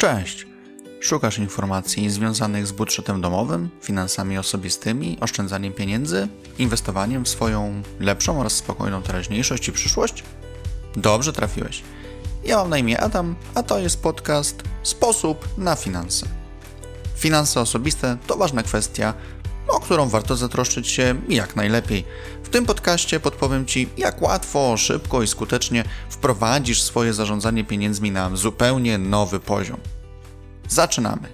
Cześć! Szukasz informacji związanych z budżetem domowym, finansami osobistymi, oszczędzaniem pieniędzy, inwestowaniem w swoją lepszą oraz spokojną teraźniejszość i przyszłość? Dobrze trafiłeś. Ja mam na imię Adam, a to jest podcast Sposób na finanse. Finanse osobiste to ważna kwestia, o którą warto zatroszczyć się jak najlepiej. W tym podcaście podpowiem Ci, jak łatwo, szybko i skutecznie wprowadzisz swoje zarządzanie pieniędzmi na zupełnie nowy poziom. Zaczynamy!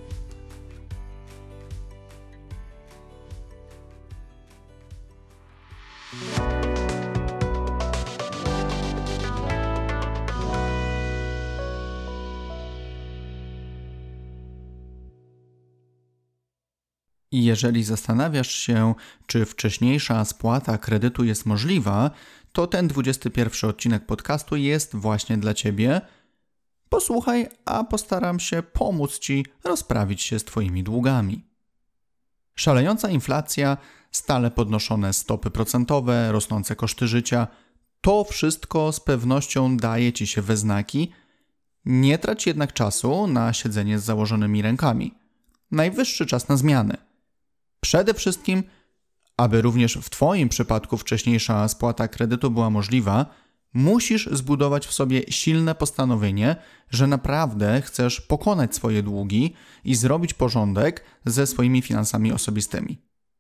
I jeżeli zastanawiasz się, czy wcześniejsza spłata kredytu jest możliwa, to ten 21 odcinek podcastu jest właśnie dla Ciebie. Posłuchaj, a postaram się pomóc Ci rozprawić się z Twoimi długami. Szalejąca inflacja, stale podnoszone stopy procentowe, rosnące koszty życia, to wszystko z pewnością daje Ci się we znaki. Nie trać jednak czasu na siedzenie z założonymi rękami. Najwyższy czas na zmiany. Przede wszystkim, aby również w Twoim przypadku wcześniejsza spłata kredytu była możliwa, musisz zbudować w sobie silne postanowienie, że naprawdę chcesz pokonać swoje długi i zrobić porządek ze swoimi finansami osobistymi.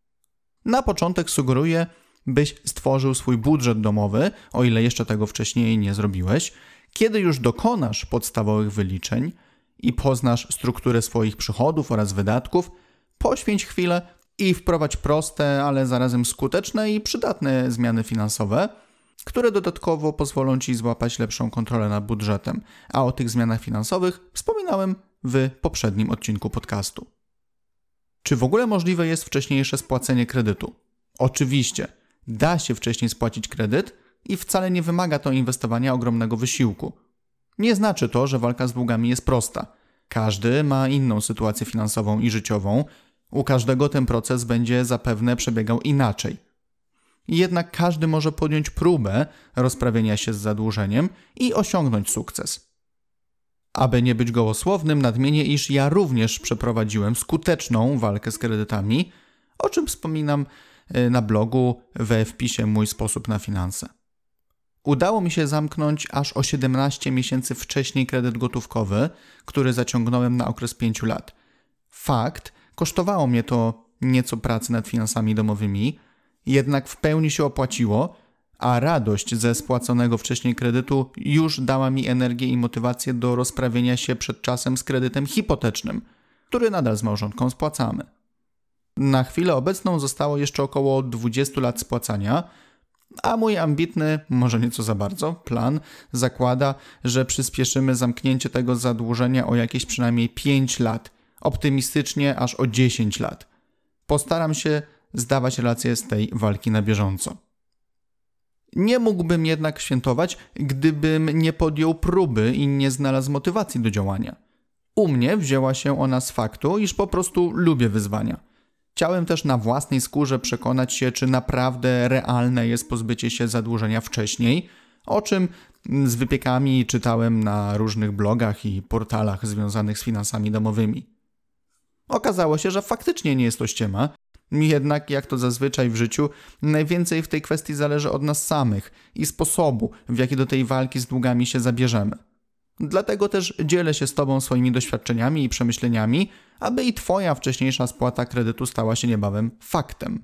Na początek sugeruję, byś stworzył swój budżet domowy, o ile jeszcze tego wcześniej nie zrobiłeś. Kiedy już dokonasz podstawowych wyliczeń i poznasz strukturę swoich przychodów oraz wydatków, poświęć chwilę i wprowadź proste, ale zarazem skuteczne i przydatne zmiany finansowe, które dodatkowo pozwolą Ci złapać lepszą kontrolę nad budżetem, a o tych zmianach finansowych wspominałem w poprzednim odcinku podcastu. Czy w ogóle możliwe jest wcześniejsze spłacenie kredytu? Oczywiście, da się wcześniej spłacić kredyt i wcale nie wymaga to inwestowania ogromnego wysiłku. Nie znaczy to, że walka z długami jest prosta. Każdy ma inną sytuację finansową i życiową, u każdego ten proces będzie zapewne przebiegał inaczej. Jednak każdy może podjąć próbę rozprawienia się z zadłużeniem i osiągnąć sukces. Aby nie być gołosłownym, nadmienię, iż ja również przeprowadziłem skuteczną walkę z kredytami, o czym wspominam na blogu we wpisie Mój sposób na finanse. Udało mi się zamknąć aż o 17 miesięcy wcześniej kredyt gotówkowy, który zaciągnąłem na okres 5 lat. Fakt, kosztowało mnie to nieco pracy nad finansami domowymi, jednak w pełni się opłaciło, a radość ze spłaconego wcześniej kredytu już dała mi energię i motywację do rozprawienia się przed czasem z kredytem hipotecznym, który nadal z małżonką spłacamy. Na chwilę obecną zostało jeszcze około 20 lat spłacania, a mój ambitny, może nieco za bardzo, plan zakłada, że przyspieszymy zamknięcie tego zadłużenia o jakieś przynajmniej 5 lat, optymistycznie aż o 10 lat. Postaram się zdawać relacje z tej walki na bieżąco. Nie mógłbym jednak świętować, gdybym nie podjął próby i nie znalazł motywacji do działania. U mnie wzięła się ona z faktu, iż po prostu lubię wyzwania. Chciałem też na własnej skórze przekonać się, czy naprawdę realne jest pozbycie się zadłużenia wcześniej, o czym z wypiekami czytałem na różnych blogach i portalach związanych z finansami domowymi. Okazało się, że faktycznie nie jest to ściema, jednak jak to zazwyczaj w życiu, najwięcej w tej kwestii zależy od nas samych i sposobu, w jaki do tej walki z długami się zabierzemy. Dlatego też dzielę się z Tobą swoimi doświadczeniami i przemyśleniami, aby i Twoja wcześniejsza spłata kredytu stała się niebawem faktem.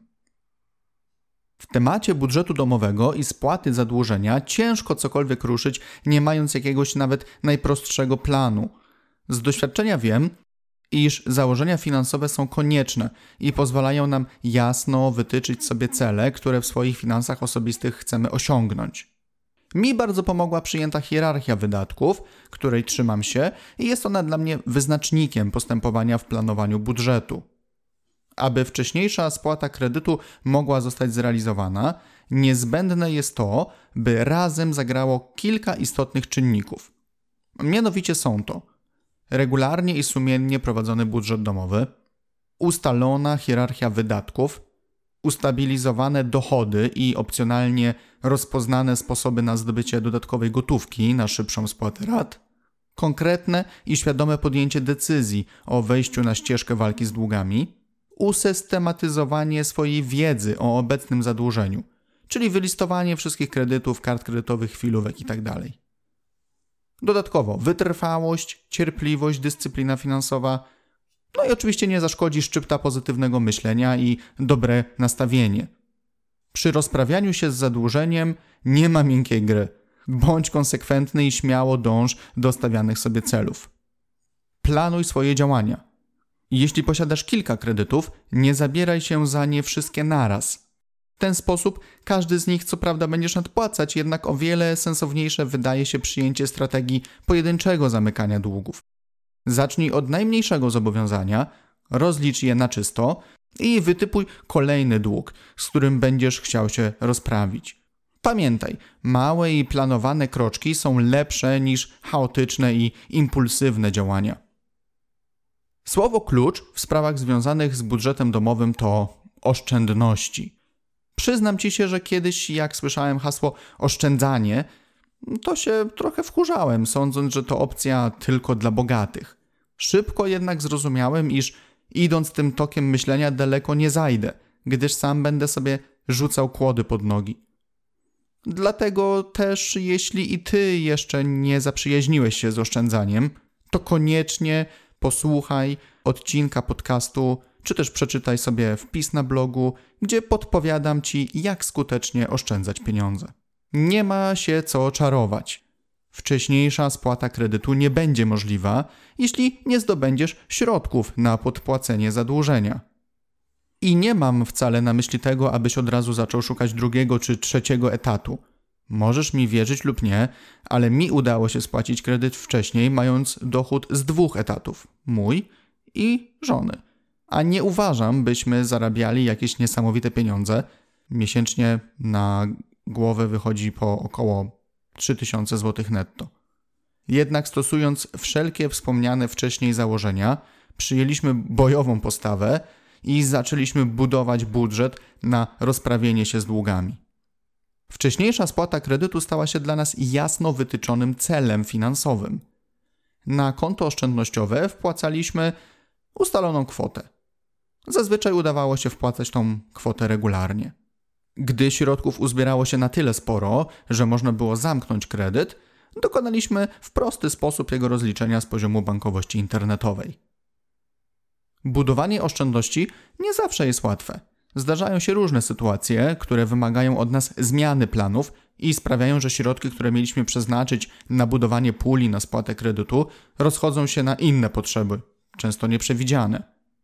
W temacie budżetu domowego i spłaty zadłużenia ciężko cokolwiek ruszyć, nie mając jakiegoś nawet najprostszego planu. Z doświadczenia wiem, iż założenia finansowe są konieczne i pozwalają nam jasno wytyczyć sobie cele, które w swoich finansach osobistych chcemy osiągnąć. Mi bardzo pomogła przyjęta hierarchia wydatków, której trzymam się i jest ona dla mnie wyznacznikiem postępowania w planowaniu budżetu. Aby wcześniejsza spłata kredytu mogła zostać zrealizowana, niezbędne jest to, by razem zagrało kilka istotnych czynników. Mianowicie są to regularnie i sumiennie prowadzony budżet domowy, ustalona hierarchia wydatków, ustabilizowane dochody i opcjonalnie rozpoznane sposoby na zdobycie dodatkowej gotówki na szybszą spłatę rat, konkretne i świadome podjęcie decyzji o wejściu na ścieżkę walki z długami, usystematyzowanie swojej wiedzy o obecnym zadłużeniu, czyli wylistowanie wszystkich kredytów, kart kredytowych, chwilówek itd. Dodatkowo wytrwałość, cierpliwość, dyscyplina finansowa, no i oczywiście nie zaszkodzi szczypta pozytywnego myślenia i dobre nastawienie. Przy rozprawianiu się z zadłużeniem nie ma miękkiej gry. Bądź konsekwentny i śmiało dąż do stawianych sobie celów. Planuj swoje działania. Jeśli posiadasz kilka kredytów, nie zabieraj się za nie wszystkie naraz. W ten sposób każdy z nich co prawda będziesz nadpłacać, jednak o wiele sensowniejsze wydaje się przyjęcie strategii pojedynczego zamykania długów. Zacznij od najmniejszego zobowiązania, rozlicz je na czysto i wytypuj kolejny dług, z którym będziesz chciał się rozprawić. Pamiętaj, małe i planowane kroczki są lepsze niż chaotyczne i impulsywne działania. Słowo klucz w sprawach związanych z budżetem domowym to oszczędności. Przyznam Ci się, że kiedyś jak słyszałem hasło oszczędzanie, to się trochę wkurzałem, sądząc, że to opcja tylko dla bogatych. Szybko jednak zrozumiałem, iż idąc tym tokiem myślenia daleko nie zajdę, gdyż sam będę sobie rzucał kłody pod nogi. Dlatego też, jeśli i Ty jeszcze nie zaprzyjaźniłeś się z oszczędzaniem, to koniecznie posłuchaj odcinka podcastu, czy też przeczytaj sobie wpis na blogu, gdzie podpowiadam Ci, jak skutecznie oszczędzać pieniądze. Nie ma się co czarować. Wcześniejsza spłata kredytu nie będzie możliwa, jeśli nie zdobędziesz środków na podpłacenie zadłużenia. I nie mam wcale na myśli tego, abyś od razu zaczął szukać drugiego czy trzeciego etatu. Możesz mi wierzyć lub nie, ale mi udało się spłacić kredyt wcześniej, mając dochód z 2 etatów. Mój i żony. A nie uważam, byśmy zarabiali jakieś niesamowite pieniądze. Miesięcznie na głowę wychodzi po około 3000 zł netto. Jednak stosując wszelkie wspomniane wcześniej założenia, przyjęliśmy bojową postawę i zaczęliśmy budować budżet na rozprawienie się z długami. Wcześniejsza spłata kredytu stała się dla nas jasno wytyczonym celem finansowym. Na konto oszczędnościowe wpłacaliśmy ustaloną kwotę. Zazwyczaj udawało się wpłacać tą kwotę regularnie. Gdy środków uzbierało się na tyle sporo, że można było zamknąć kredyt, dokonaliśmy w prosty sposób jego rozliczenia z poziomu bankowości internetowej. Budowanie oszczędności nie zawsze jest łatwe. Zdarzają się różne sytuacje, które wymagają od nas zmiany planów i sprawiają, że środki, które mieliśmy przeznaczyć na budowanie puli na spłatę kredytu, rozchodzą się na inne potrzeby, często nieprzewidziane.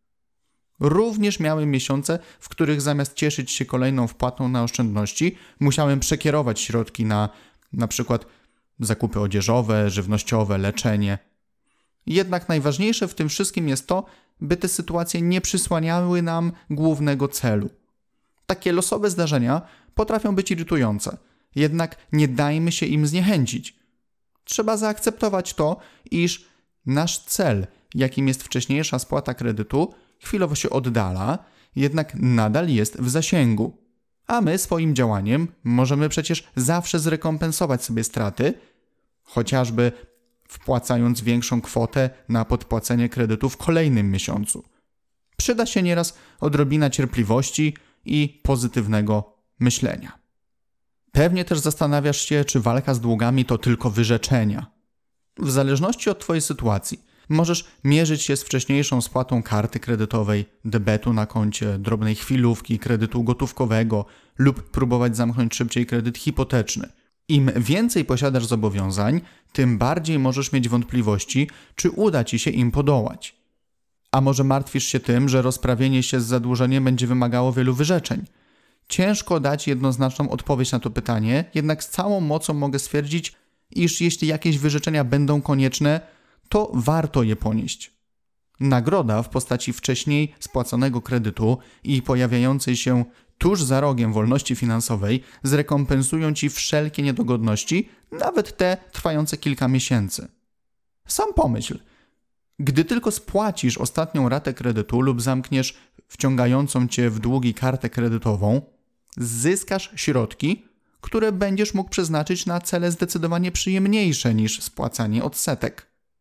Również miałem miesiące, w których zamiast cieszyć się kolejną wpłatą na oszczędności, musiałem przekierować środki na przykład zakupy odzieżowe, żywnościowe, leczenie. Jednak najważniejsze w tym wszystkim jest to, by te sytuacje nie przysłaniały nam głównego celu. Takie losowe zdarzenia potrafią być irytujące, jednak nie dajmy się im zniechęcić. Trzeba zaakceptować to, iż nasz cel, jakim jest wcześniejsza spłata kredytu, chwilowo się oddala, jednak nadal jest w zasięgu. A my swoim działaniem możemy przecież zawsze zrekompensować sobie straty, chociażby wpłacając większą kwotę na podpłacenie kredytu w kolejnym miesiącu. Przyda się nieraz odrobina cierpliwości i pozytywnego myślenia. Pewnie też zastanawiasz się, czy walka z długami to tylko wyrzeczenia. W zależności od Twojej sytuacji możesz mierzyć się z wcześniejszą spłatą karty kredytowej, debetu na koncie, drobnej chwilówki, kredytu gotówkowego lub próbować zamknąć szybciej kredyt hipoteczny. Im więcej posiadasz zobowiązań, tym bardziej możesz mieć wątpliwości, czy uda Ci się im podołać. A może martwisz się tym, że rozprawienie się z zadłużeniem będzie wymagało wielu wyrzeczeń? Ciężko dać jednoznaczną odpowiedź na to pytanie, jednak z całą mocą mogę stwierdzić, iż jeśli jakieś wyrzeczenia będą konieczne, to warto je ponieść. Nagroda w postaci wcześniej spłaconego kredytu i pojawiającej się tuż za rogiem wolności finansowej zrekompensują Ci wszelkie niedogodności, nawet te trwające kilka miesięcy. Sam pomyśl, gdy tylko spłacisz ostatnią ratę kredytu lub zamkniesz wciągającą Cię w długi kartę kredytową, zyskasz środki, które będziesz mógł przeznaczyć na cele zdecydowanie przyjemniejsze niż spłacanie odsetek.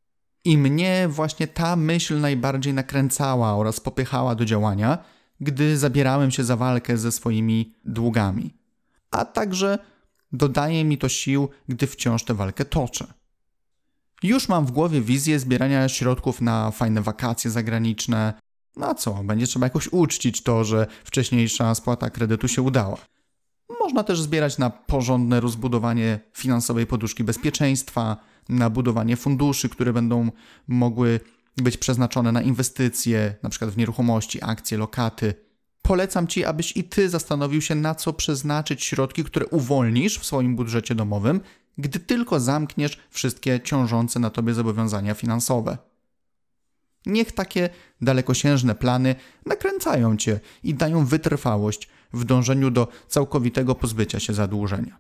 I mnie właśnie ta myśl najbardziej nakręcała oraz popychała do działania, gdy zabierałem się za walkę ze swoimi długami. A także dodaje mi to sił, gdy wciąż tę walkę toczę. Już mam w głowie wizję zbierania środków na fajne wakacje zagraniczne. No co, będzie trzeba jakoś uczcić to, że wcześniejsza spłata kredytu się udała. Można też zbierać na porządne rozbudowanie finansowej poduszki bezpieczeństwa, na budowanie funduszy, które będą mogły być przeznaczone na inwestycje, np. w nieruchomości, akcje, lokaty. Polecam Ci, abyś i Ty zastanowił się, na co przeznaczyć środki, które uwolnisz w swoim budżecie domowym, gdy tylko zamkniesz wszystkie ciążące na Tobie zobowiązania finansowe. Niech takie dalekosiężne plany nakręcają Cię i dają wytrwałość w dążeniu do całkowitego pozbycia się zadłużenia.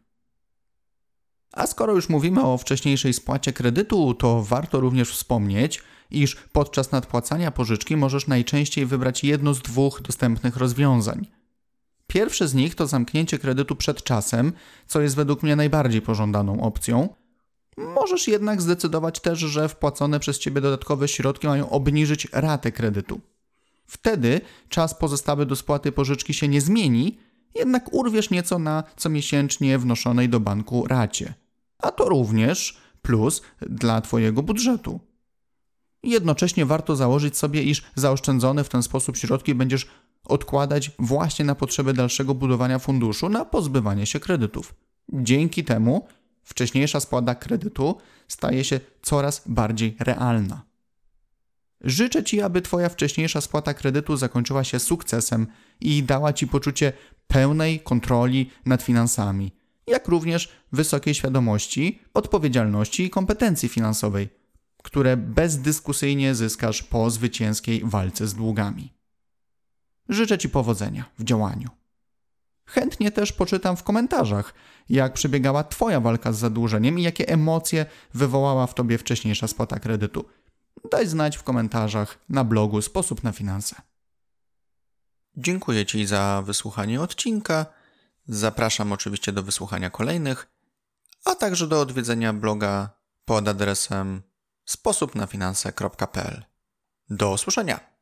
A skoro już mówimy o wcześniejszej spłacie kredytu, to warto również wspomnieć, iż podczas nadpłacania pożyczki możesz najczęściej wybrać jedno z dwóch dostępnych rozwiązań. Pierwsze z nich to zamknięcie kredytu przed czasem, co jest według mnie najbardziej pożądaną opcją. Możesz jednak zdecydować też, że wpłacone przez Ciebie dodatkowe środki mają obniżyć ratę kredytu. Wtedy czas pozostały do spłaty pożyczki się nie zmieni, jednak urwiesz nieco na comiesięcznie wnoszonej do banku racie. A to również plus dla Twojego budżetu. Jednocześnie warto założyć sobie, iż zaoszczędzone w ten sposób środki będziesz odkładać właśnie na potrzeby dalszego budowania funduszu na pozbywanie się kredytów. Dzięki temu wcześniejsza spłata kredytu staje się coraz bardziej realna. Życzę Ci, aby Twoja wcześniejsza spłata kredytu zakończyła się sukcesem i dała Ci poczucie pełnej kontroli nad finansami, jak również wysokiej świadomości, odpowiedzialności i kompetencji finansowej, które bezdyskusyjnie zyskasz po zwycięskiej walce z długami. Życzę Ci powodzenia w działaniu. Chętnie też poczytam w komentarzach, jak przebiegała Twoja walka z zadłużeniem i jakie emocje wywołała w Tobie wcześniejsza spłata kredytu. Daj znać w komentarzach na blogu Sposób na Finanse. Dziękuję Ci za wysłuchanie odcinka. Zapraszam oczywiście do wysłuchania kolejnych, a także do odwiedzenia bloga pod adresem sposobnafinanse.pl. Do usłyszenia!